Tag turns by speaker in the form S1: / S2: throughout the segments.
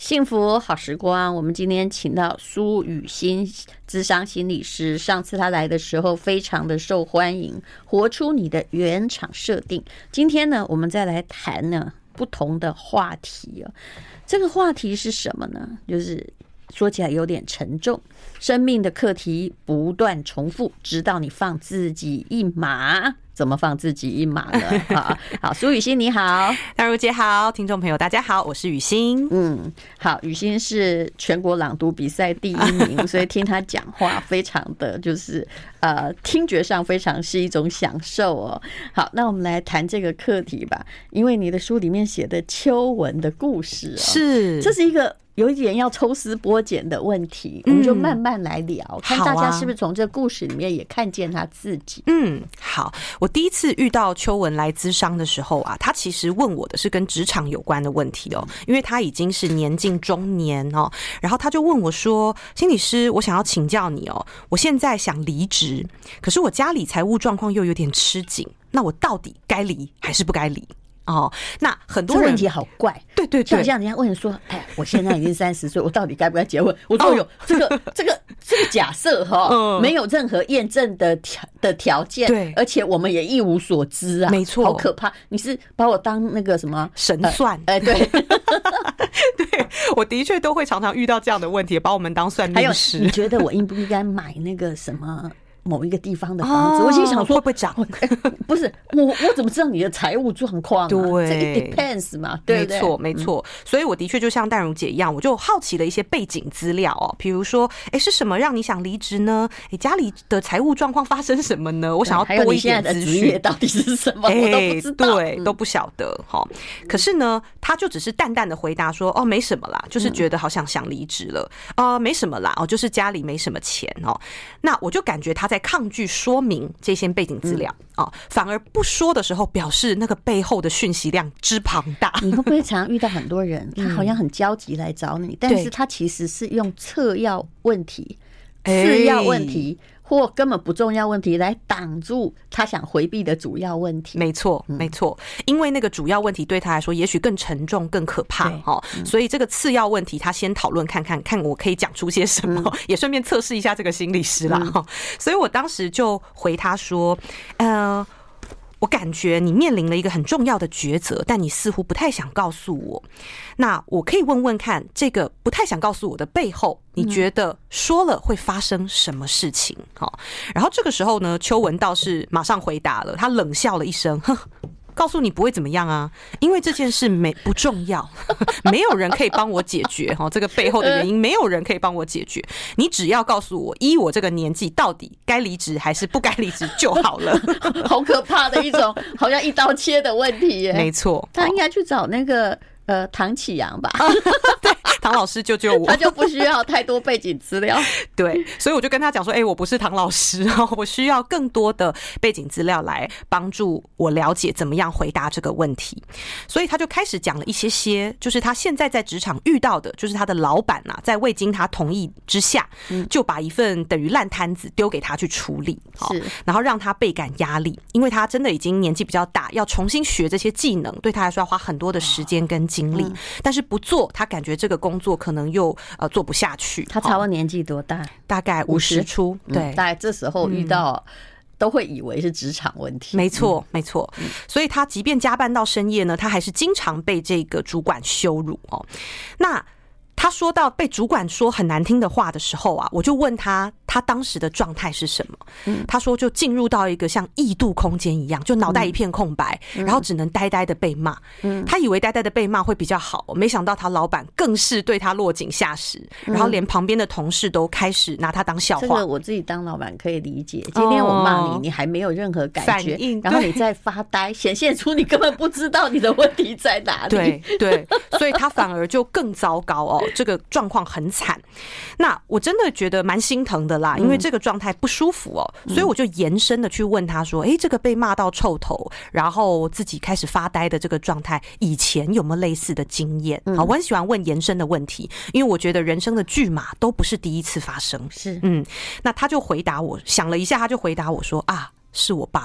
S1: 幸福好时光，我们今天请到苏予昕諮商心理师。上次他来的时候非常的受欢迎，活出你的原厂设定。今天呢，我们再来谈呢不同的话题。这个话题是什么呢？就是说起来有点沉重，生命的课题不断重复，直到你放自己一马。怎么放自己一马呢？好，苏予昕你好。
S2: 淡如姐好，听众朋友大家好，我是予昕。
S1: 好，予昕是全国朗读比赛第1名，所以听他讲话非常的就是听觉上非常是一种享受哦。好，那我们来谈这个课题吧，因为你的书里面写的秋文的故事
S2: 是，
S1: 这是一个有一点要抽丝剥茧的问题，我们就慢慢来聊，看大家是不是从这个故事里面也看见他自己。
S2: 好，我第一次遇到秋文来諮商的时候啊，他其实问我的是跟职场有关的问题哦，因为他已经是年近中年哦，然后他就问我说：“心理师，我想要请教你哦，我现在想离职，可是我家里财务状况又有点吃紧，那我到底该离还是不该离？”那很多人
S1: 这问题好怪，
S2: 对，
S1: 就好像人家问说：“哎，我现在已经30岁，我到底该不该结婚？”我说：“这个假设没有任何验证的条件，
S2: 对，
S1: 而且我们也一无所知啊，
S2: 没错，
S1: 好可怕！你是把我当那个什么
S2: 神算？
S1: 对，
S2: 对，我的确都会常常遇到这样的问题，把我们当算命师。
S1: 你觉得我应不应该买那个什么？”某一个地方的房子，我心想说
S2: 会不会涨？
S1: 不是我怎么知道你的财务状况？
S2: 对，
S1: 这 depends 嘛，对不对？
S2: 没错。所以我的确就像淡如姐一样，我就好奇了一些背景资料哦，比如说，是什么让你想离职呢？家里的财务状况发生什么呢？我想要多一点资讯。
S1: 职业到底是什么？我都不知道，
S2: 对，都不晓得哈。可是呢，他就只是淡淡的回答说：“没什么啦，就是觉得好想离职了。没什么啦，就是家里没什么钱哦。”那我就感觉他在抗拒说明这些背景资料反而不说的时候，表示那个背后的讯息量之庞大。
S1: 你会不会常遇到很多人，他好像很焦急来找你，但是他其实是用次要问题、次要问题或根本不重要问题来挡住他想回避的主要问题？
S2: 没错，因为那个主要问题对他来说也许更沉重、更可怕所以这个次要问题他先讨论看我可以讲出些什么，也顺便测试一下这个心理师啦所以我当时就回他说：“我感觉你面临了一个很重要的抉择，但你似乎不太想告诉我。那我可以问问看，这个不太想告诉我的背后，你觉得说了会发生什么事情？”然后这个时候呢，秋文倒是马上回答了，他冷笑了一声，哼。告诉你不会怎么样啊，因为这件事不重要，没有人可以帮我解决这个背后的原因，没有人可以帮我解决。你只要告诉我，依我这个年纪，到底该离职还是不该离职就好了。
S1: 好可怕的一种，好像一刀切的问题耶。
S2: 没错，
S1: 他应该去找那个唐启阳吧。
S2: 对，唐老师救救我，
S1: 他就不需要太多背景资料。
S2: 对，所以我就跟他讲说：“我不是唐老师，我需要更多的背景资料来帮助我了解怎么样回答这个问题。”所以他就开始讲了一些，就是他现在在职场遇到的，就是他的老板在未经他同意之下，就把一份等于烂摊子丢给他去处理，然后让他倍感压力，因为他真的已经年纪比较大，要重新学这些技能，对他来说要花很多的时间跟精力，但是不做，他感觉这个工作可能又做不下去。
S1: 他差不多年纪多大？
S2: 大概50出，对，
S1: 大概这时候遇到都会以为是职场问题。
S2: 没错，所以他即便加班到深夜呢，他还是经常被这个主管羞辱那他说到被主管说很难听的话的时候啊，我就问他当时的状态是什么？他说就进入到一个像异度空间一样，就脑袋一片空白，然后只能呆呆的被骂。他以为呆呆的被骂会比较好，没想到他老板更是对他落井下石，然后连旁边的同事都开始拿他当笑话。
S1: 这个我自己当老板可以理解。今天我骂你，你还没有任何感觉，然后你在发呆，显现出你根本不知道你的问题在哪里。
S2: 对，所以他反而就更糟糕这个状况很惨。那我真的觉得蛮心疼的啦，因为这个状态不舒服所以我就延伸的去问他说：“这个被骂到臭头，然后自己开始发呆的这个状态，以前有没有类似的经验？”我很喜欢问延伸的问题，因为我觉得人生的剧码都不是第一次发生。
S1: 是，
S2: 那他就回答我，想了一下，他就回答我说：“是我爸爸。”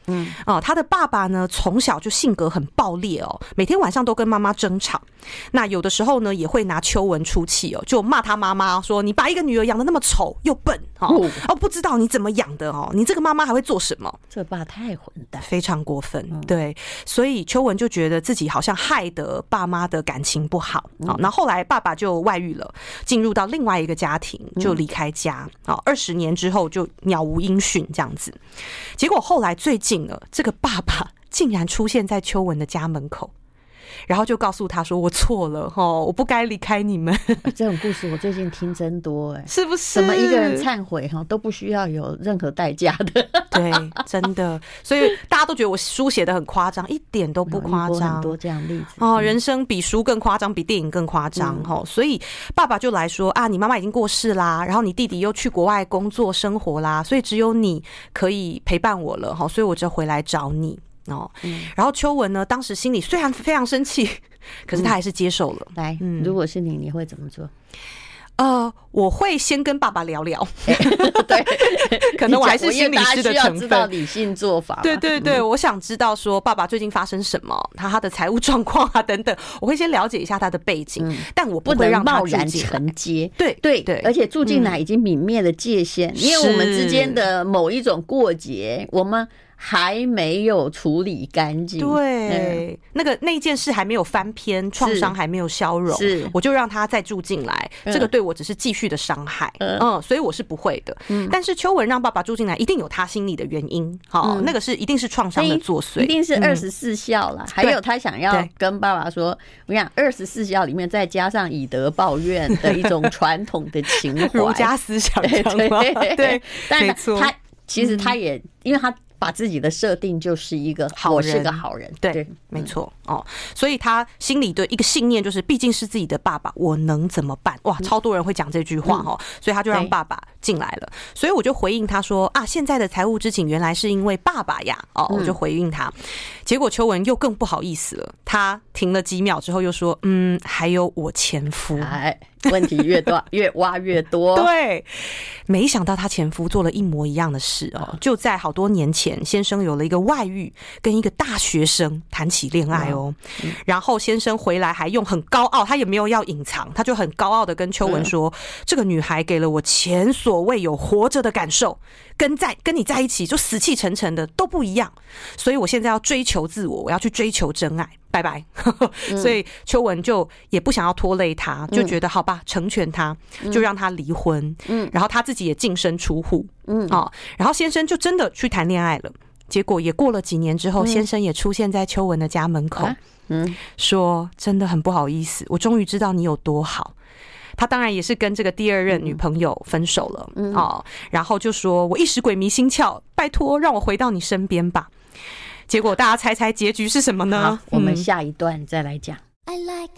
S2: 他的爸爸呢从小就性格很暴烈哦，每天晚上都跟妈妈争吵。那有的时候呢也会拿秋文出气哦，就骂他妈妈说：“你把一个女儿养得那么丑又笨不知道你怎么养的哦，你这个妈妈还会做什么？”
S1: 这爸太混蛋，
S2: 非常过分。对，所以秋文就觉得自己好像害得爸妈的感情不好。那后来爸爸就外遇了，进入到另外一个家庭，就离开家。20年之后就杳无音讯这样子。结果后来最近呢，这个爸爸竟然出现在秋文的家门口，然后就告诉他说：“我错了我不该离开你们。”
S1: 这种故事我最近听真多
S2: 是不是？
S1: 怎么一个人忏悔都不需要有任何代价的？
S2: 对，真的。所以大家都觉得我书写的很夸张，一点都不夸张。
S1: 很多这样的例子
S2: 人生比书更夸张，比电影更夸张所以爸爸就来说啊，你妈妈已经过世啦，然后你弟弟又去国外工作生活啦，所以只有你可以陪伴我了所以我就回来找你。然后秋文呢，当时心里虽然非常生气，可是他还是接受了。
S1: 来，如果是你会怎么做？
S2: 我会先跟爸爸聊聊，
S1: 对，
S2: 可能我还是心理师的成分，
S1: 需要知道理性做法。
S2: 对对对，我想知道说爸爸最近发生什么，他的财务状况啊等等，我会先了解一下他的背景，但我不会让他
S1: 贸然承接。
S2: 对
S1: 对对，而且住进来已经泯灭了界限，因为我们之间的某一种过节，我们还没有处理干净。
S2: 对，那件事还没有翻篇，创伤还没有消融，我就让他再住进来，这个对我只是继续的伤害。所以我是不会的。但是秋文让爸爸住进来，一定有他心里的原因。那个是一定是创伤的作祟，
S1: 一定是24孝了。还有他想要跟爸爸说，我想24孝里面再加上以德报怨的一种传统的情怀，
S2: 儒家思想。对，
S1: 但是他其实他也因为他把自己的设定就是一个我是个好人，
S2: 对，没错所以他心里的一个信念就是，毕竟是自己的爸爸，我能怎么办？哇，超多人会讲这句话所以他就让爸爸进来了。所以我就回应他说啊，现在的财务之请原来是因为爸爸呀我就回应他。结果秋文又更不好意思了，他停了几秒之后又说还有我前夫。
S1: 问题越多越挖越多。
S2: 对，没想到她前夫做了一模一样的事就在好多年前，先生有了一个外遇，跟一个大学生谈起恋爱然后先生回来还用很高傲，他也没有要隐藏，他就很高傲的跟秋文说，这个女孩给了我前所未有活着的感受，跟你在一起就死气沉沉的都不一样，所以我现在要追求自我，我要去追求真爱，拜拜。所以秋文就也不想要拖累他，就觉得好吧，成全他，就让他离婚。然后他自己也净身出户。然后先生就真的去谈恋爱了。结果也过了几年之后，先生也出现在秋文的家门口，说真的很不好意思，我终于知道你有多好。他当然也是跟这个第二任女朋友分手了然后就说我一时鬼迷心窍，拜托让我回到你身边吧。结果大家猜猜结局是什么呢？
S1: 我们下一段再来讲。
S3: I like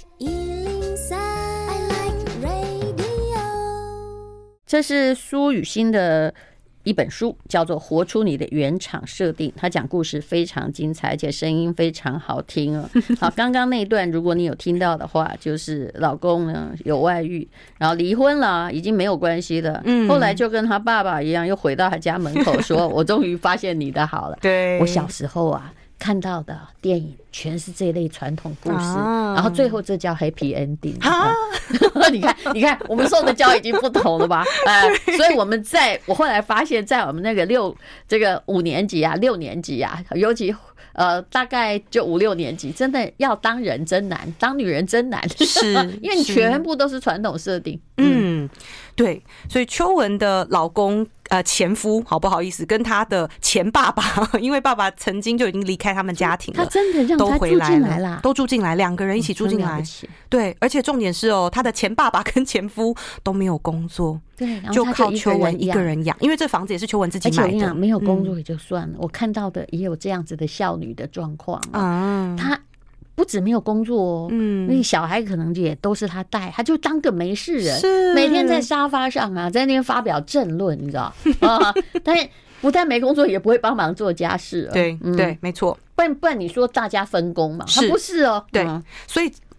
S3: 103, I like radio。
S1: 这是苏予昕的一本书，叫做《活出你的原厂设定》，他讲故事非常精彩，而且声音非常好听好，刚刚那一段如果你有听到的话，就是老公呢有外遇，然后离婚了，已经没有关系了。后来就跟他爸爸一样，又回到他家门口说：“我终于发现你的好了。”对，我小时候看到的电影全是这类传统故事，然后最后这叫 happy ending 你看我们受的教育已经不同了吧所以我后来发现在我们那个5年级啊6年级啊，尤其大概就5、6年级，真的要当人真难，当女人真难，是因为你全部都是传统设定。
S2: 对，所以秋文的老公前夫，好不好意思，跟他的前爸爸，因为爸爸曾经就已经离开他们家庭了，
S1: 他真的让他住进来了，
S2: 都住进来，两个人一起住进来。对，而且重点是他的前爸爸跟前夫都没有工作，
S1: 对，
S2: 就靠秋文一个人养，因为这房子也是秋文自己买的。而且我跟你讲，
S1: 没有工作也就算了，我看到的也有这样子的孝女的状况他不止没有工作那小孩可能也都是他带，他就当个没事人，每天在沙发上在那边发表政论，你知道但是不但没工作，也不会帮忙做家事。
S2: 对对，没错。
S1: 不然你说大家分工嘛？他不是对，
S2: 所以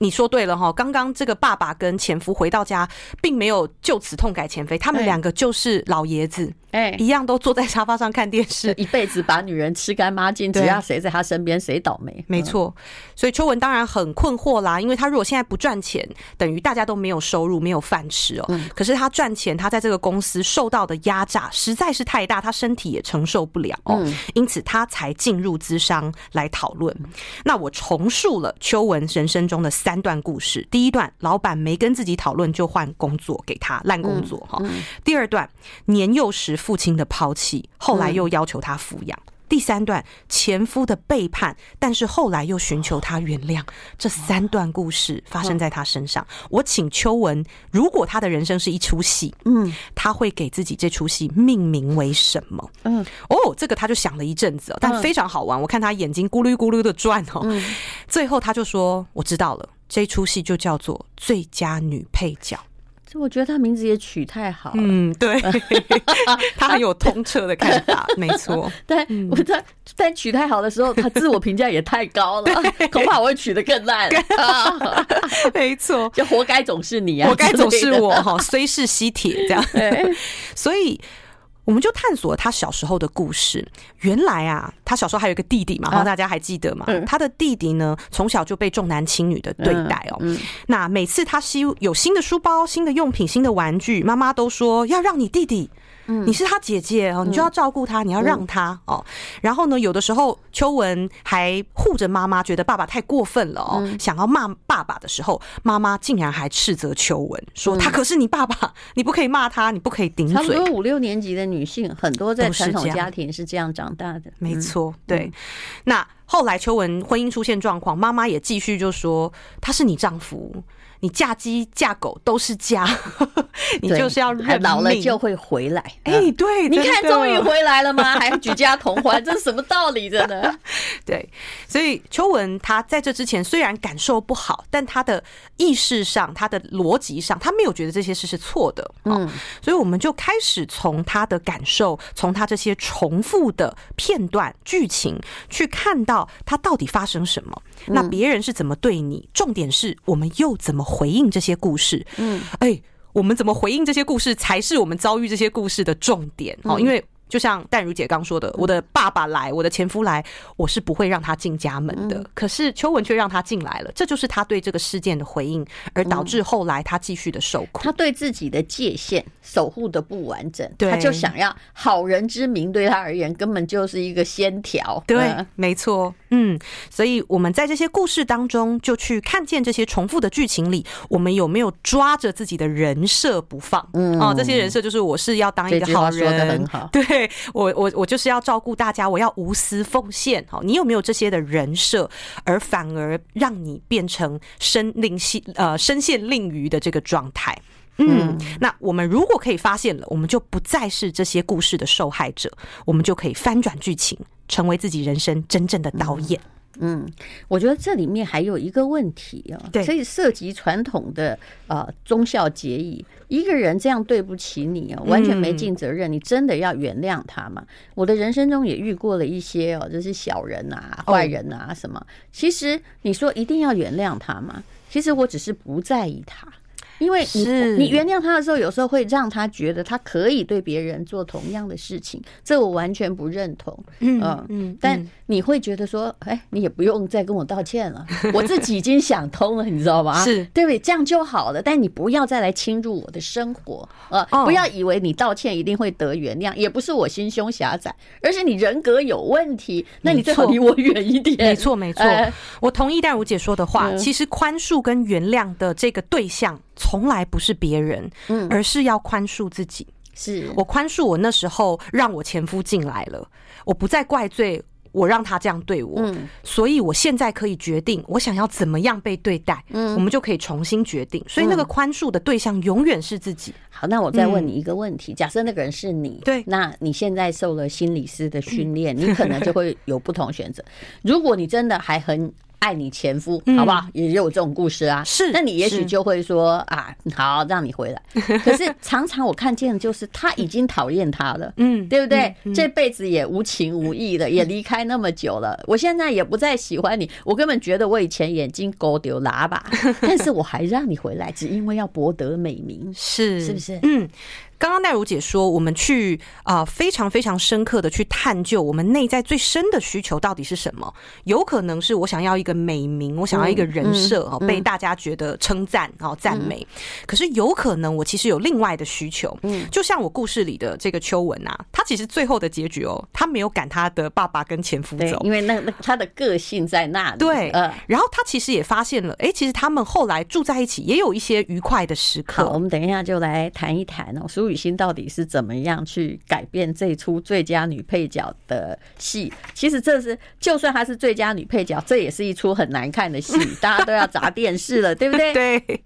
S2: 你说对了哈，刚刚这个爸爸跟前夫回到家，并没有就此痛改前非，他们两个就是老爷子，一样都坐在沙发上看电视，
S1: 一辈子把女人吃干抹净，只要谁在他身边，谁倒霉。
S2: 没错，所以秋文当然很困惑啦，因为他如果现在不赚钱，等于大家都没有收入，没有饭吃哦。可是他赚钱，他在这个公司受到的压榨实在是太大，他身体也承受不了哦，因此他才进入咨商来讨论。那我重述了秋文人生中的3段故事。第一段，老板没跟自己讨论就换工作给他，烂工作哈。第二段，年幼时父亲的抛弃，后来又要求他抚养。第3段，前夫的背叛，但是后来又寻求他原谅。这3段故事发生在他身上。我请秋文，如果他的人生是一出戏，他会给自己这出戏命名为什么？这个他就想了一阵子哦，但非常好玩。我看他眼睛咕噜咕噜的转哦，最后他就说：“我知道了，这出戏就叫做最佳女配角。”
S1: 我觉得他名字也取太好了，
S2: 对，他很有通彻的看法，没错。
S1: 但取太好的时候，他自我评价也太高了，恐怕我会取得更烂。
S2: 没错，
S1: 就活该总是你啊，
S2: 活该总是我哈，虽是吸铁这样。所以我们就探索了他小时候的故事。原来啊，他小时候还有一个弟弟嘛，大家还记得吗？他的弟弟呢，从小就被重男轻女的对待哦。那每次他有新的书包、新的用品、新的玩具，妈妈都说要让你弟弟。你是他姐姐哦，你就要照顾他，你要让他哦。然后呢，有的时候秋文还护着妈妈，觉得爸爸太过分了哦，想要骂爸爸的时候，妈妈竟然还斥责秋文说：“他可是你爸爸，你不可以骂他，你不可以顶嘴。”差不
S1: 多5、6年级的女性，很多在传统家庭是这样长大的。
S2: 没错，对。那后来秋文婚姻出现状况，妈妈也继续就说：“他是你丈夫。”你嫁鸡嫁狗都是嫁，你就是要认命，
S1: 老了就会回来。
S2: 对，
S1: 你看终于回来了吗？还举家同欢，这是什么道理？真的。
S2: 对，所以秋文他在这之前虽然感受不好，但他的意识上、他的逻辑上，他没有觉得这些事是错的。所以我们就开始从他的感受，从他这些重复的片段剧情去看到他到底发生什么。那别人是怎么对你？重点是我们又怎么回应这些故事？我们怎么回应这些故事，才是我们遭遇这些故事的重点。因为就像淡如姐刚说的，我的爸爸来，我的前夫来，我是不会让他进家门的。可是秋文却让他进来了，这就是他对这个事件的回应，而导致后来他继续的受苦。
S1: 他对自己的界限守护的不完整，他就想要好人之名，对他而言根本就是一个先条。
S2: 对，没错。所以我们在这些故事当中，就去看见这些重复的剧情里，我们有没有抓着自己的人设不放？这些人设就是我是要当一个好人，
S1: 说得很好。
S2: 对，我就是要照顾大家，我要无私奉献。你有没有这些的人设，而反而让你变成身陷囹圄的这个状态？那我们如果可以发现了，我们就不再是这些故事的受害者，我们就可以翻转剧情，成为自己人生真正的导演。
S1: 我觉得这里面还有一个问题哦，所以涉及传统的忠孝节义。一个人这样对不起你哦，完全没尽责任，你真的要原谅他吗？我的人生中也遇过了一些就是小人啊、坏人啊什么。其实你说一定要原谅他吗？其实我只是不在意他。因为你原谅他的时候，有时候会让他觉得他可以对别人做同样的事情，这我完全不认同。但你会觉得说，你也不用再跟我道歉了，我自己已经想通了，你知道吗？
S2: 是，
S1: 对不对？这样就好了。但你不要再来侵入我的生活，不要以为你道歉一定会得原谅，也不是我心胸狭窄，而是你人格有问题，那你最好离我远一点。
S2: 没错，没错，我同意淡如姐说的话。其实宽恕跟原谅的这个对象，从来不是别人，而是要宽恕自己。
S1: 是
S2: 我宽恕我那时候让我前夫进来了，我不再怪罪我让他这样对我，所以我现在可以决定我想要怎么样被对待，我们就可以重新决定。所以那个宽恕的对象永远是自己。
S1: 好，那我再问你一个问题，假设那个人是你，
S2: 对，
S1: 那你现在受了心理师的训练，你可能就会有不同选择。如果你真的还很爱你前夫，好不好？也有这种故事啊。
S2: 是，
S1: 那你也许就会说啊，好，让你回来。可是常常我看见的就是他已经讨厌他了，对不对？这辈子也无情无义了，也离开那么久了，我现在也不再喜欢你，我根本觉得我以前眼睛勾丢喇叭，但是我还让你回来，只因为要博得美名，是不是？
S2: 刚刚奈如姐说，我们去非常非常深刻的去探究我们内在最深的需求到底是什么。有可能是我想要一个美名，我想要一个人设被大家觉得称赞赞美。可是有可能我其实有另外的需求。就像我故事里的这个秋文啊，他其实最后的结局他没有赶他的爸爸跟前夫走，
S1: 因为那他的个性在那里。
S2: 对，然后他其实也发现了，其实他们后来住在一起也有一些愉快的时刻。
S1: 好，我们等一下就来谈一谈苏雨欣到底是怎么样去改变这一出最佳女配角的戏。其实这是就算她是最佳女配角，这也是一出很难看的戏，大家都要砸电视了，对不对？
S2: 对。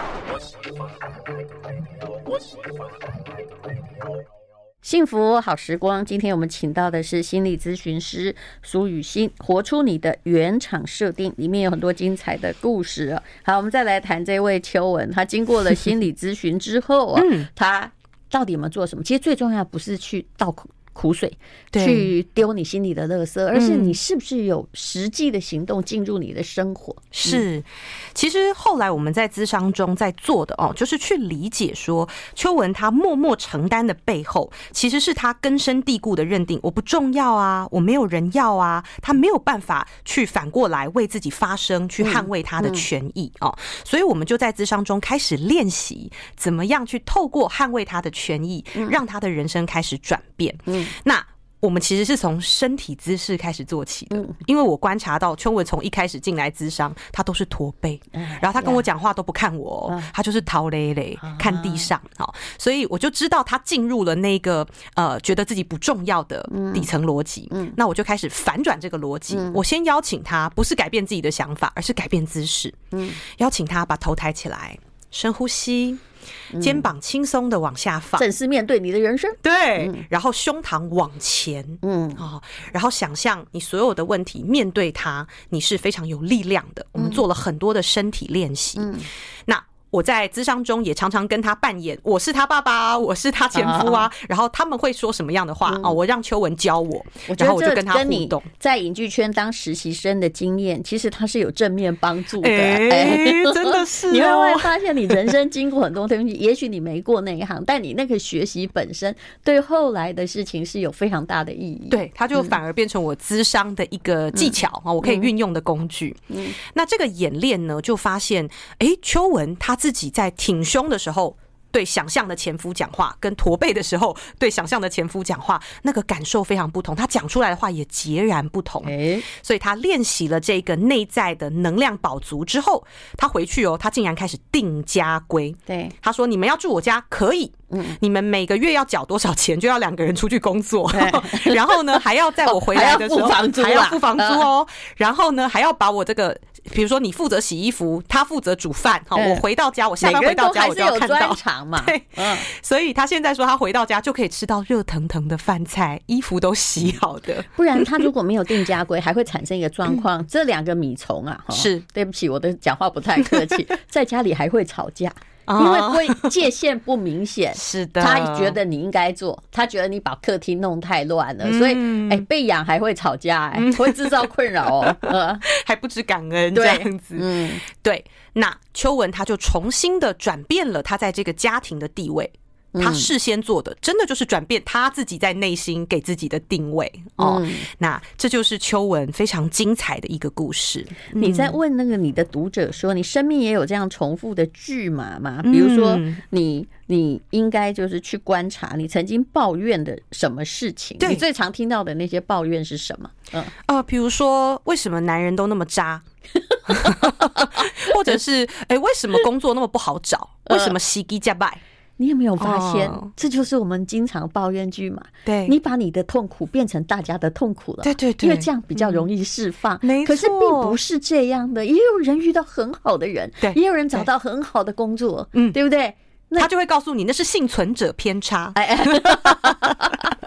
S1: 幸福好时光，今天我们请到的是心理咨询师苏雨欣，活出你的原厂设定，里面有很多精彩的故事。好，我们再来谈这位秋文，他经过了心理咨询之后他到底有没有做什么？其实最重要不是去倒苦水，去丢你心里的垃圾，而是你是不是有实际的行动进入你的生活。
S2: 是，其实后来我们在諮商中在做的就是去理解说，秋文他默默承担的背后，其实是他根深蒂固的认定，我不重要啊，我没有人要啊，他没有办法去反过来为自己发声，去捍卫他的权益所以我们就在諮商中开始练习怎么样去透过捍卫他的权益，让他的人生开始转变。那我们其实是从身体姿势开始做起的，因为我观察到秋文从一开始进来諮商，他都是驼背，然后他跟我讲话都不看我他就是逃累累看地上所以我就知道他进入了那个觉得自己不重要的底层逻辑。那我就开始反转这个逻辑，我先邀请他不是改变自己的想法，而是改变姿势。邀请他把头抬起来，深呼吸，肩膀轻松的往下放，
S1: 正式面对你的人生。
S2: 对，然后胸膛往前，然后想象你所有的问题面对它，你是非常有力量的。我们做了很多的身体练习。那我在諮商中也常常跟他扮演我是他爸爸，我是他前夫然后他们会说什么样的话我让秋文教我，然后我就跟他互动。
S1: 在影剧圈当实习生的经验，其实它是有正面帮助的。
S2: 真的是
S1: 你会发现你人生经过很多东西，也许你没过那一行，但你那个学习本身对后来的事情是有非常大的意义。
S2: 对，它就反而变成我諮商的一个技巧我可以运用的工具。那这个演练呢，就发现秋文他自己在挺胸的时候对想象的前夫讲话，跟驼背的时候对想象的前夫讲话，那个感受非常不同，他讲出来的话也截然不同。所以他练习了这个内在的能量饱足之后，他回去他竟然开始定家规。
S1: 对，
S2: 他说你们要住我家可以，你们每个月要缴多少钱，就要2个人出去工作然后呢还要在我回来的时候还要付房租然后呢还要把我这个，比如说你负责洗衣服，他负责煮饭我回到家，我下班回到家我就要看到对，所以他现在说他回到家就可以吃到热腾腾的饭菜，衣服都洗好的。
S1: 不然他如果没有定家规，还会产生一个状况这2个米虫是对不起，我的讲话不太客气在家里还会吵架，因为界限不明显。
S2: 是的，
S1: 他觉得你应该做，他觉得你把客厅弄太乱了，所以被养还会吵架会制造困扰
S2: 还不知感恩这样子。对，那秋文他就重新的转变了他在这个家庭的地位。他事先做的真的就是转变他自己在内心给自己的定位那这就是秋文非常精彩的一个故事。
S1: 你在问那个你的读者说，你生命也有这样重复的剧码吗？比如说你应该就是去观察你曾经抱怨的什么事情，你最常听到的那些抱怨是什么？
S2: 比如说为什么男人都那么渣或者是为什么工作那么不好找，为什么时机加败。
S1: 你有没有发现这就是我们经常抱怨句嘛？
S2: 对，
S1: 你把你的痛苦变成大家的痛苦了。
S2: 对对对，
S1: 因为这样比较容易释放。
S2: 没错，
S1: 可是并不是这样的，也有人遇到很好的人，
S2: 对，
S1: 也有人找到很好的工作，对不对？
S2: 他就会告诉你那是幸存者偏差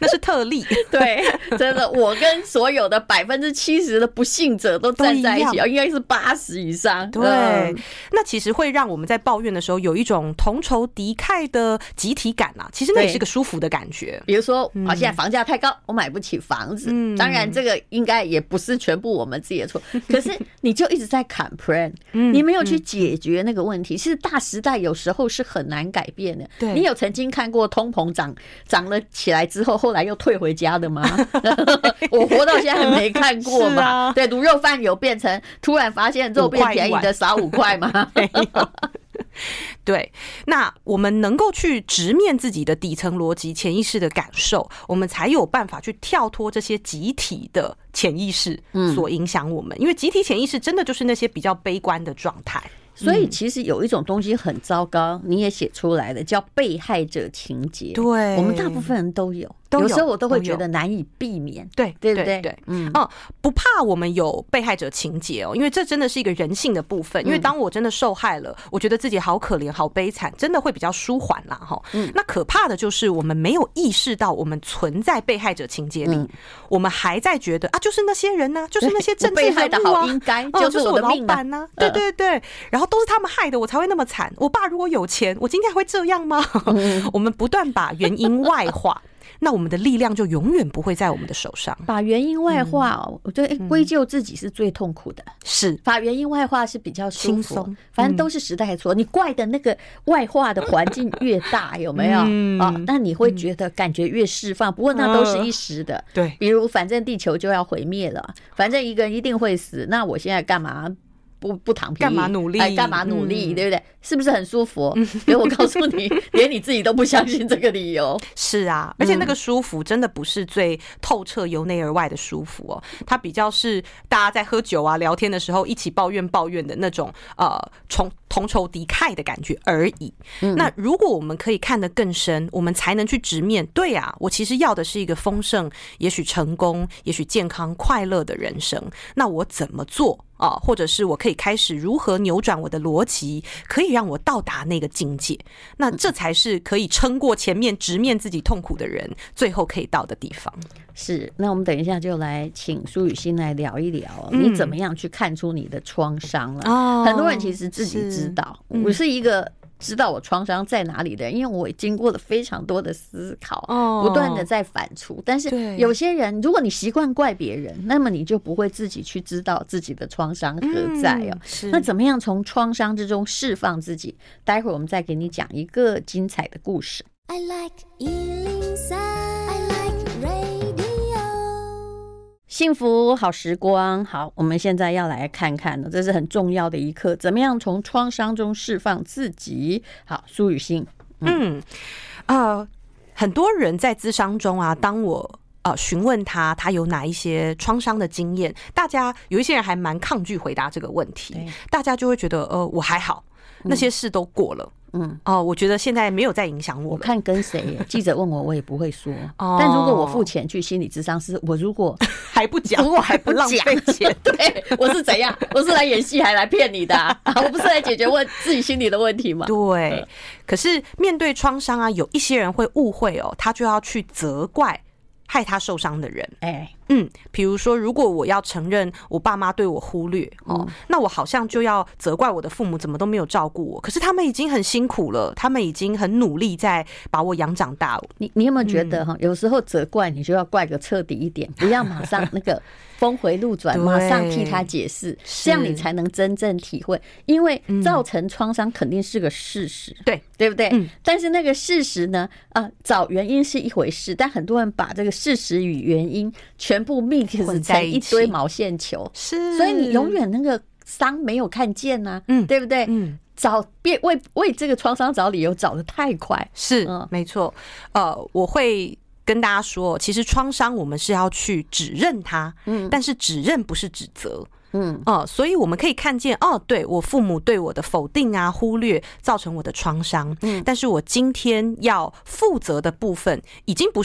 S2: 那是特例。
S1: 对，真的，我跟所有的70%的不幸者都站在一起，应该是80以上。
S2: 对，那其实会让我们在抱怨的时候有一种同仇敌忾的集体感啊，其实那也是个舒服的感觉。
S1: 比如说，现在房价太高，我买不起房子。当然，这个应该也不是全部我们自己的错，可是你就一直在 complain，你没有去解决那个问题。其实大时代有时候是很难改变的。你有曾经看过通膨涨了起来之后，后来又退回家的吗？我活到现在还没看过嘛。对，卤肉饭有变成突然发现肉变便宜的少5块吗？没有。
S2: 对，那我们能够去直面自己的底层逻辑、潜意识的感受，我们才有办法去跳脱这些集体的潜意识所影响我们。因为集体潜意识真的就是那些比较悲观的状态。
S1: 所以其实有一种东西很糟糕，你也写出来的，叫被害者情节。
S2: 对，
S1: 我们大部分人都有。有时候我都会觉得难以避免，
S2: 对不对？
S1: 对，
S2: 不怕我们有被害者情节哦，因为这真的是一个人性的部分。因为当我真的受害了，我觉得自己好可怜、好悲惨，真的会比较舒缓啦哈。那可怕的就是我们没有意识到我们存在被害者情节里，我们还在觉得啊，就是那些人呢，就是那些政治人物啊，
S1: 被害的好应该，就是我的命
S2: 啊，对，然后都是他们害的，我才会那么惨。我爸如果有钱，我今天还会这样吗？我们不断把原因外化。那我们的力量就永远不会在我们的手上。
S1: 把原因外化，我觉得归咎自己是最痛苦的。
S2: 是，
S1: 把原因外化是比较轻松，反正都是时代的错。你怪的那个外化的环境越大，有没有啊？那你会觉得感觉越释放。不过那都是一时的。对，比如反正地球就要毁灭了，反正一个人一定会死，那我现在干嘛？不躺平，
S2: 干嘛努力？
S1: 干嘛努力？对不对？是不是很舒服？所以我告诉你，连你自己都不相信这个理由。
S2: 是啊，而且那个舒服真的不是最透彻由内而外的舒服哦，它比较是大家在喝酒啊、聊天的时候一起抱怨的那种同仇敌忾的感觉而已。那如果我们可以看得更深，我们才能去直面。对啊，我其实要的是一个丰盛、也许成功、也许健康、快乐的人生。那我怎么做？或者是我可以开始如何扭转我的逻辑，可以让我到达那个境界。那这才是可以撑过前面直面自己痛苦的人最后可以到的地方。
S1: 是，那我们等一下就来请苏予昕来聊一聊，你怎么样去看出你的创伤了。很多人其实自己知道，我是一个知道我创伤在哪里的人，因为我经过了非常多的思考，不断的在反刍。但是有些人，如果你习惯怪别人，那么你就不会自己去知道自己的创伤何在哦。那怎么样从创伤之中释放自己？待会儿我们再给你讲一个精彩的故事。
S3: I like 103, I like radio。
S1: 幸福好时光，好，我们现在要来看看呢，这是很重要的一课，怎么样从创伤中释放自己？好，苏予昕，
S2: 很多人在咨商中啊，当我询问他有哪一些创伤的经验，大家有一些人还蛮抗拒回答这个问题，大家就会觉得我还好，那些事都过了。我觉得现在没有在影响我。
S1: 我看跟谁，记者问我也不会说。但如果我付钱去心理咨商师，我如果
S2: 还不讲，
S1: 如果还不
S2: 浪费钱，
S1: 对，我是怎样？我是来演戏还来骗你的我不是来解决自己心里的问题吗？
S2: 对。可是面对创伤啊，有一些人会误会他就要去责怪害他受伤的人。比如说，如果我要承认我爸妈对我忽略那我好像就要责怪我的父母怎么都没有照顾我。可是他们已经很辛苦了，他们已经很努力在把我养长大了。
S1: 你有没有觉得有时候责怪你就要怪个彻底一点，不要马上那个峰回路转，马上替他解释，这样你才能真正体会。因为造成创伤肯定是个事实，对不对？但是那个事实呢，找原因是一回事，但很多人把这个事实与原因全部 mix 在一堆毛线球，所以你永远那个伤没有看见啊，对不对？为这个创伤找理由找得太快，
S2: 是没错。我会跟大家说，其实创伤我们是要去指认它，但是指认不是指责。所以我们可以看见，对，我父母对我的否定啊、忽略，造成我的创伤。但是我今天要负责的部分，已经不是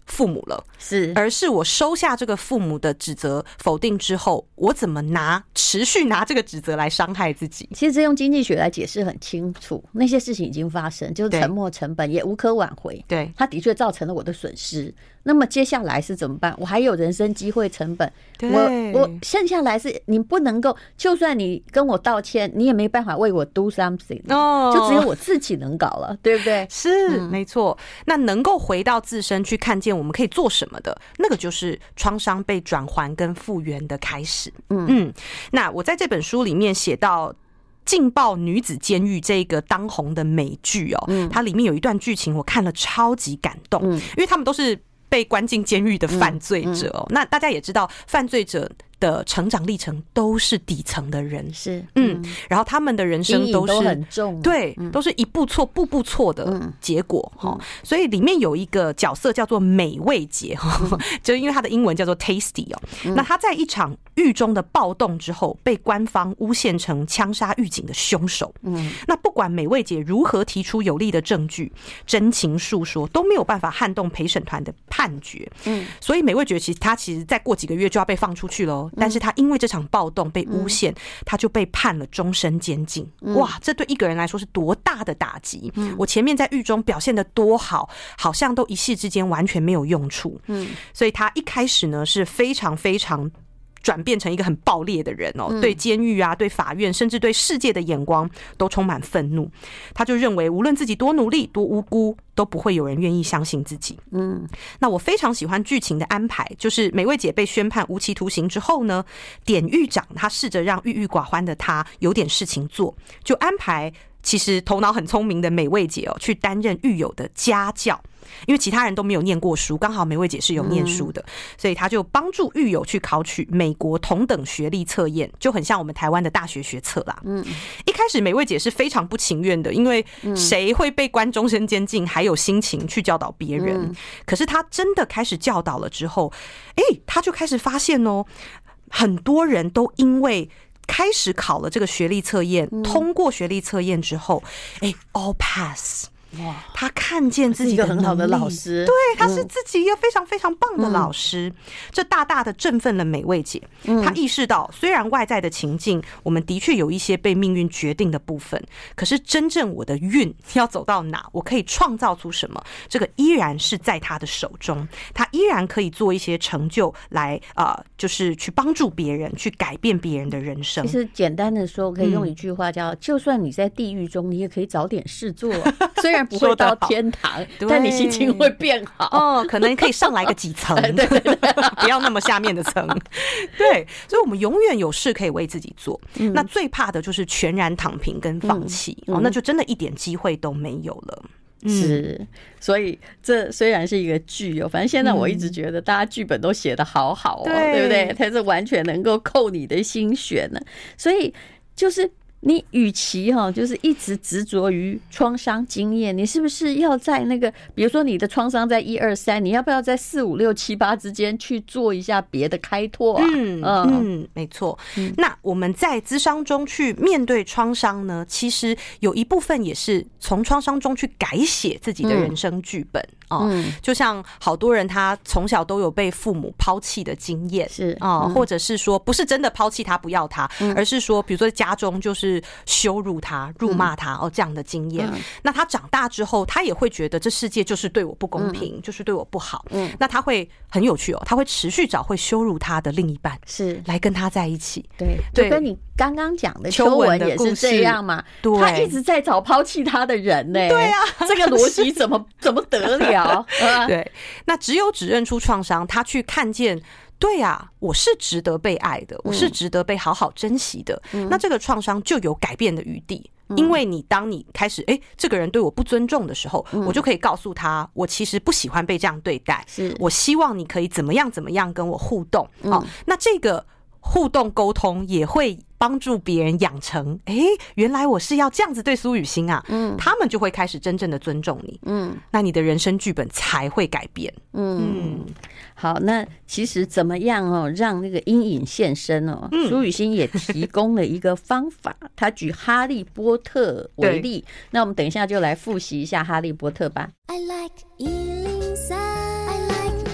S2: 父母了，
S1: 是，
S2: 而是我收下这个父母的指责否定之后，我怎么持续拿这个指责来伤害自己。
S1: 其实这用经济学来解释很清楚，那些事情已经发生，就是沉没成本，也无可挽回。
S2: 对，
S1: 它的确造成了我的损失。那么接下来是怎么办？我还有人生机会成本，我剩下来是你不能够，就算你跟我道歉，你也没办法为我 do something， 就只有我自己能搞了，对不对？
S2: 是，没错。那能够回到自身去看见我们可以做什么的，那个就是创伤被转还跟复原的开始。那我在这本书里面写到劲爆女子监狱这个当红的美剧它里面有一段剧情我看了超级感动，因为他们都是被关进监狱的犯罪者那大家也知道犯罪者的成长历程都是底层的人，
S1: 是
S2: 然后他们的人生都是
S1: 很重，
S2: 对，都是一步错步步错的结果所以里面有一个角色叫做美味姐就因为他的英文叫做 Tasty 那他在一场狱中的暴动之后被官方诬陷成枪杀狱警的凶手那不管美味姐如何提出有力的证据真情述说，都没有办法撼动陪审团的判决所以美味姐其实再过几个月就要被放出去了但是他因为这场暴动被诬陷他就被判了终身监禁哇，这对一个人来说是多大的打击我前面在狱中表现得多好，好像都一夕之间完全没有用处所以他一开始呢是非常非常转变成一个很暴烈的人对监狱啊对法院甚至对世界的眼光都充满愤怒他就认为无论自己多努力多无辜都不会有人愿意相信自己那我非常喜欢剧情的安排，就是美味姐被宣判无期徒刑之后呢，典狱长他试着让郁郁寡欢的他有点事情做，就安排其实头脑很聪明的美味姐去担任狱友的家教，因为其他人都没有念过书，刚好美味姐是有念书的所以他就帮助狱友去考取美国同等学历测验，就很像我们台湾的大学学测啦一开始美味姐是非常不情愿的，因为谁会被关终身监禁还有心情去教导别人可是他真的开始教导了之后他就开始发现很多人都因为开始考了这个学历测验通过学历测验之后all pass哇，他看见自己的能力，
S1: 一个很好的老师，
S2: 对，他是自己一个非常非常棒的老师这大大的振奋了美味姐他意识到虽然外在的情境我们的确有一些被命运决定的部分，可是真正我的运要走到哪，我可以创造出什么，这个依然是在他的手中，他依然可以做一些成就来就是去帮助别人，去改变别人的人生。
S1: 其实简单的说可以用一句话叫就算你在地狱中你也可以找点事做虽然不会到天堂但你心情会变好
S2: 可能可以上来个几层对不要那么下面的层对，所以我们永远有事可以为自己做那最怕的就是全然躺平跟放弃那就真的一点机会都没有了
S1: 是，所以这虽然是一个剧反正现在我一直觉得大家剧本都写得好好对不对？它是完全能够扣你的心弦呢。所以就是你与其就是一直执着于创伤经验，你是不是要在那个比如说你的创伤在1、2、3，你要不要在4、5、6、7、8之间去做一下别的开拓
S2: 没错那我们在咨商中去面对创伤呢，其实有一部分也是从创伤中去改写自己的人生剧本就像好多人他从小都有被父母抛弃的经验
S1: 是
S2: 或者是说不是真的抛弃他不要他而是说比如说家中就是羞辱他辱骂他这样的经验那他长大之后他也会觉得这世界就是对我不公平就是对我不好那他会很有趣他会持续找会羞辱他的另一半是来跟他在一起
S1: 对，就跟你刚刚讲的秋文也是这样嘛他一直在找抛弃他的人呢对啊这个逻辑怎么得了
S2: 对，那只有指认出创伤他去看见对啊，我是值得被爱的我是值得被好好珍惜的那这个创伤就有改变的余地因为当你开始这个人对我不尊重的时候我就可以告诉他我其实不喜欢被这样对待我希望你可以怎么样怎么样跟我互动那这个互动沟通也会帮助别人养成原来我是要这样子对苏予昕啊他们就会开始真正的尊重你那你的人生剧本才会改变
S1: 好，那其实怎么样让那个阴影现身苏予昕也提供了一个方法他举哈利波特为例那我们等一下就来复习一下哈利波特吧。
S3: I like 103, I like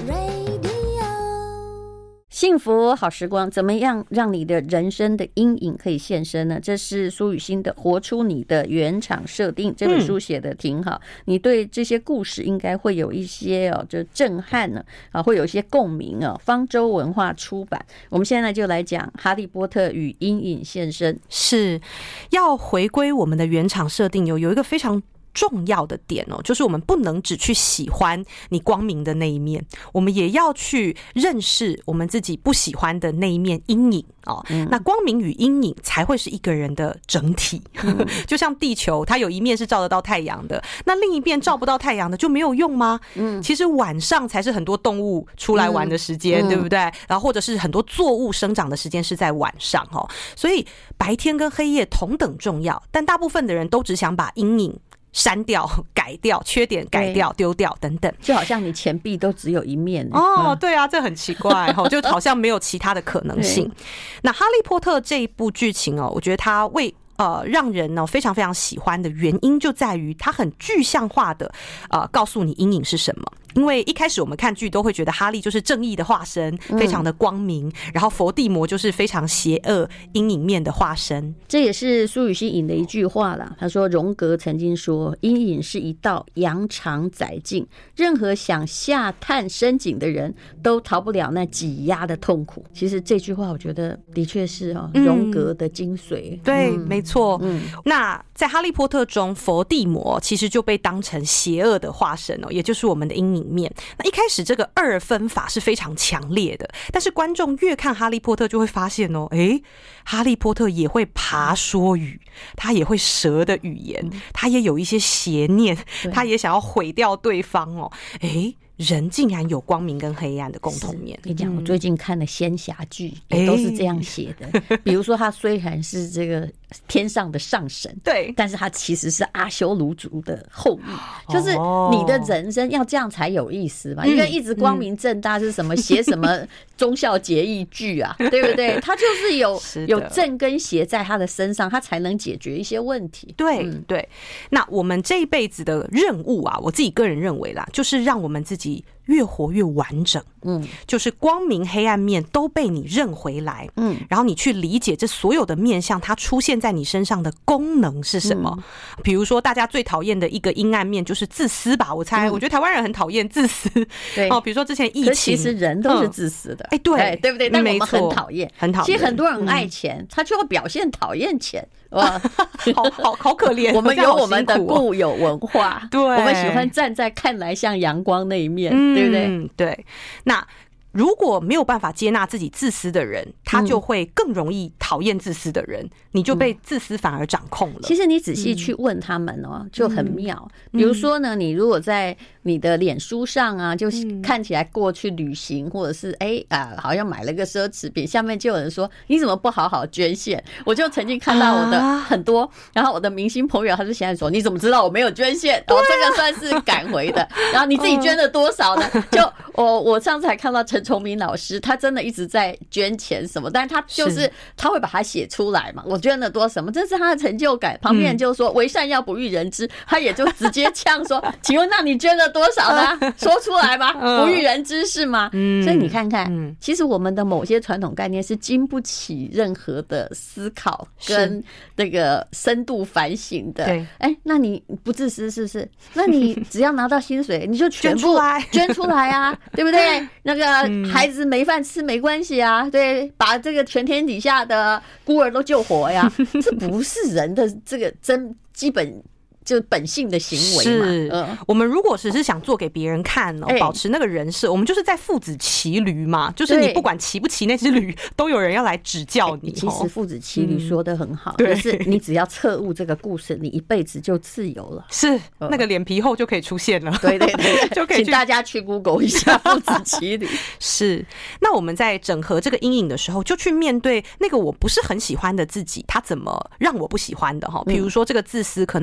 S1: 幸福好时光，怎么样让你的人生的阴影可以现身呢？这是苏予昕的《活出你的原厂设定》这本书写的挺好，你对这些故事应该会有一些就震撼呢会有一些共鸣方舟文化出版。我们现在就来讲《哈利波特与阴影现身》，
S2: 是要回归我们的原厂设定，有一个非常重要的点就是我们不能只去喜欢你光明的那一面，我们也要去认识我们自己不喜欢的那一面阴影那光明与阴影才会是一个人的整体就像地球，它有一面是照得到太阳的，那另一面照不到太阳的就没有用吗？其实晚上才是很多动物出来玩的时间，对不对？然后或者是很多作物生长的时间是在晚上所以白天跟黑夜同等重要，但大部分的人都只想把阴影删掉、改掉、缺点改掉、丢掉等等，
S1: 就好像你钱币都只有一面
S2: 对啊，这很奇怪就好像没有其他的可能性。那《哈利波特》这一部剧情我觉得它让人非常非常喜欢的原因就在于它很具象化的告诉你阴影是什么。因为一开始我们看剧都会觉得哈利就是正义的化身，非常的光明，然后伏地魔就是非常邪恶阴影面的化身。
S1: 这也是苏予昕引的一句话啦，他说荣格曾经说，阴影是一道扬长窄径，任何想下探深井的人都逃不了那挤压的痛苦。其实这句话我觉得的确是荣格的精髓。
S2: 对，没错。那在哈利波特中，伏地魔其实就被当成邪恶的化身也就是我们的阴影面。那一开始这个二分法是非常强烈的，但是观众越看哈利波特就会发现哈利波特也会爬说语，他也会蛇的语言，他也有一些邪念，他也想要毁掉对方人竟然有光明跟黑暗的共同面。
S1: 跟你讲，我最近看的仙侠剧也都是这样写的。比如说，他虽然是这个天上的上神，
S2: 对，
S1: 但是他其实是阿修罗族的后裔。就是你的人生要这样才有意思嘛？因为一直光明正大是什么写什么忠孝节义剧啊，对不对？他就是有正跟邪在他的身上，他才能解决一些问题。
S2: 对对。那我们这一辈子的任务啊，我自己个人认为啦，就是让我们自己越活越完整，就是光明黑暗面都被你认回来，然后你去理解这所有的面向它出现在你身上的功能是什么。比如说大家最讨厌的一个阴暗面就是自私吧，我猜我觉得台湾人很讨厌自私。对比如说之前疫情，
S1: 其实人都是自私的，
S2: 对
S1: 对不对？但我们很讨厌，
S2: 很讨厌。
S1: 其实很多人很爱钱，他就会表现讨厌钱。
S2: 好可怜。
S1: 我们有我们的固有文化，
S2: 对，
S1: 我们喜欢站在看来像阳光那一面，对不对？
S2: 对。那如果没有办法接纳自己自私的人，他就会更容易讨厌自私的人，你就被自私反而掌控了。
S1: 其实你仔细去问他们就很妙。比如说呢，你如果在你的脸书上啊，就看起来过去旅行，或者是好像买了个奢侈品，下面就有人说你怎么不好好捐献？我就曾经看到我的很多，然后我的明星朋友他就现在说你怎么知道我没有捐献？这个算是赶回的。然后你自己捐了多少呢？就我上次还看到陈崇明老师，他真的一直在捐钱什么，但是他就是他会把它写出来嘛，我捐了多什么，这是他的成就感。旁边人就说为善要不欲人知，他也就直接呛说请问那你捐了多少呢？说出来吧，不欲人知是吗？所以你看看，其实我们的某些传统概念是经不起任何的思考跟那个深度反省的。那你不自私是不是？那你只要拿到薪水你就全部捐出来啊，对不对？那个孩子没饭吃没关系啊，对，把这个全天底下的孤儿都救活呀，这不是人的这个真基本就是本性的行为嘛。
S2: 是我们如果只是想做给别人看保持那个人设，我们就是在父子骑驴嘛，就是你不管骑不骑那只驴，都有人要来指教你。
S1: 其实父子骑驴说得很好，就是你只要彻悟这个故事，你一辈子就自由了。
S2: 是那个脸皮厚就可以出现了。
S1: 对对对，就可以请大家去 Google 一下父子骑驴。
S2: 是，那我们在整合这个阴影的时候，就去面对那个我不是很喜欢的自己，他怎么让我不喜欢的比如说这个自私可能是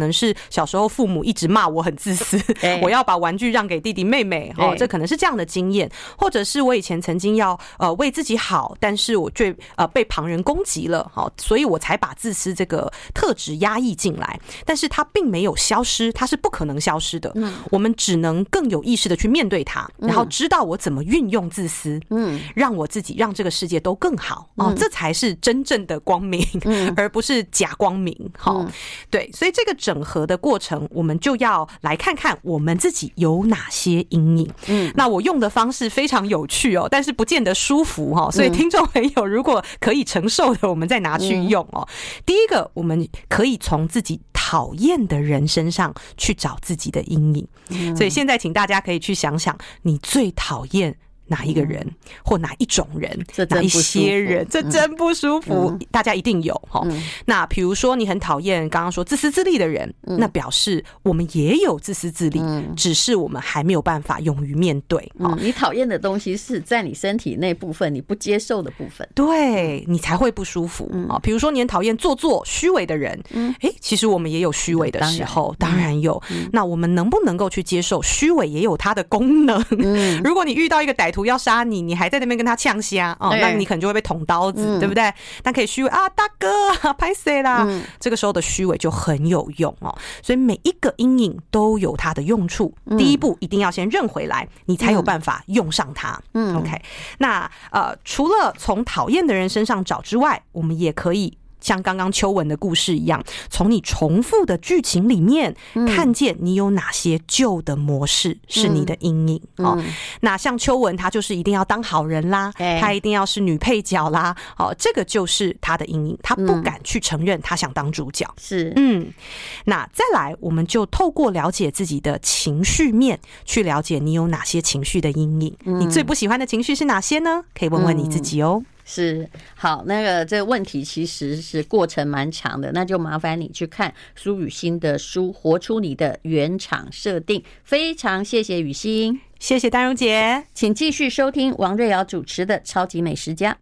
S2: 小时候父母一直骂我很自私，我要把玩具让给弟弟妹妹，这可能是这样的经验，或者是我以前曾经要为自己好，但是我却被旁人攻击了，所以我才把自私这个特质压抑进来，但是它并没有消失，它是不可能消失的，我们只能更有意识的去面对它，然后知道我怎么运用自私，让我自己让这个世界都更好，这才是真正的光明，而不是假光明，对，所以这个整合的过程，我们就要来看看我们自己有哪些阴影。那我用的方式非常有趣哦，但是不见得舒服哦，所以听众朋友如果可以承受的，我们再拿去用哦。第一个，我们可以从自己讨厌的人身上去找自己的阴影。所以现在请大家可以去想想，你最讨厌哪一个人或哪一种人，哪一些人，这真不舒服，大家一定有。那比如说你很讨厌刚刚说自私自利的人，那表示我们也有自私自利，只是我们还没有办法勇于面对。
S1: 你讨厌的东西是在你身体那部分你不接受的部分，
S2: 对，你才会不舒服。比如说你很讨厌做作虚伪的人，其实我们也有虚伪的时候，当然有。那我们能不能够去接受虚伪也有它的功能？如果你遇到一个歹徒要杀你，你还在那边跟他呛虾，那你可能就会被捅刀子，对不对？但可以虚伪啊，大哥拍谁啦？这个时候的虚伪就很有用哦。所以每一个阴影都有它的用处，第一步一定要先认回来，你才有办法用上它。OK， 那除了从讨厌的人身上找之外，我们也可以像刚刚秋文的故事一样，从你重复的剧情里面看见你有哪些旧的模式是你的阴影。那像秋文他就是一定要当好人啦，他一定要是女配角啦，这个就是他的阴影，他不敢去承认他想当主角。
S1: 是，
S2: 那再来我们就透过了解自己的情绪面去了解你有哪些情绪的阴影，你最不喜欢的情绪是哪些呢？可以问问你自己哦。
S1: 是，好，这个问题其实是过程蛮长的，那就麻烦你去看苏予昕的书《活出你的原厂设定》。非常谢谢予昕，
S2: 谢谢丹如姐，
S1: 请继续收听王瑞瑶主持的《超级美食家》。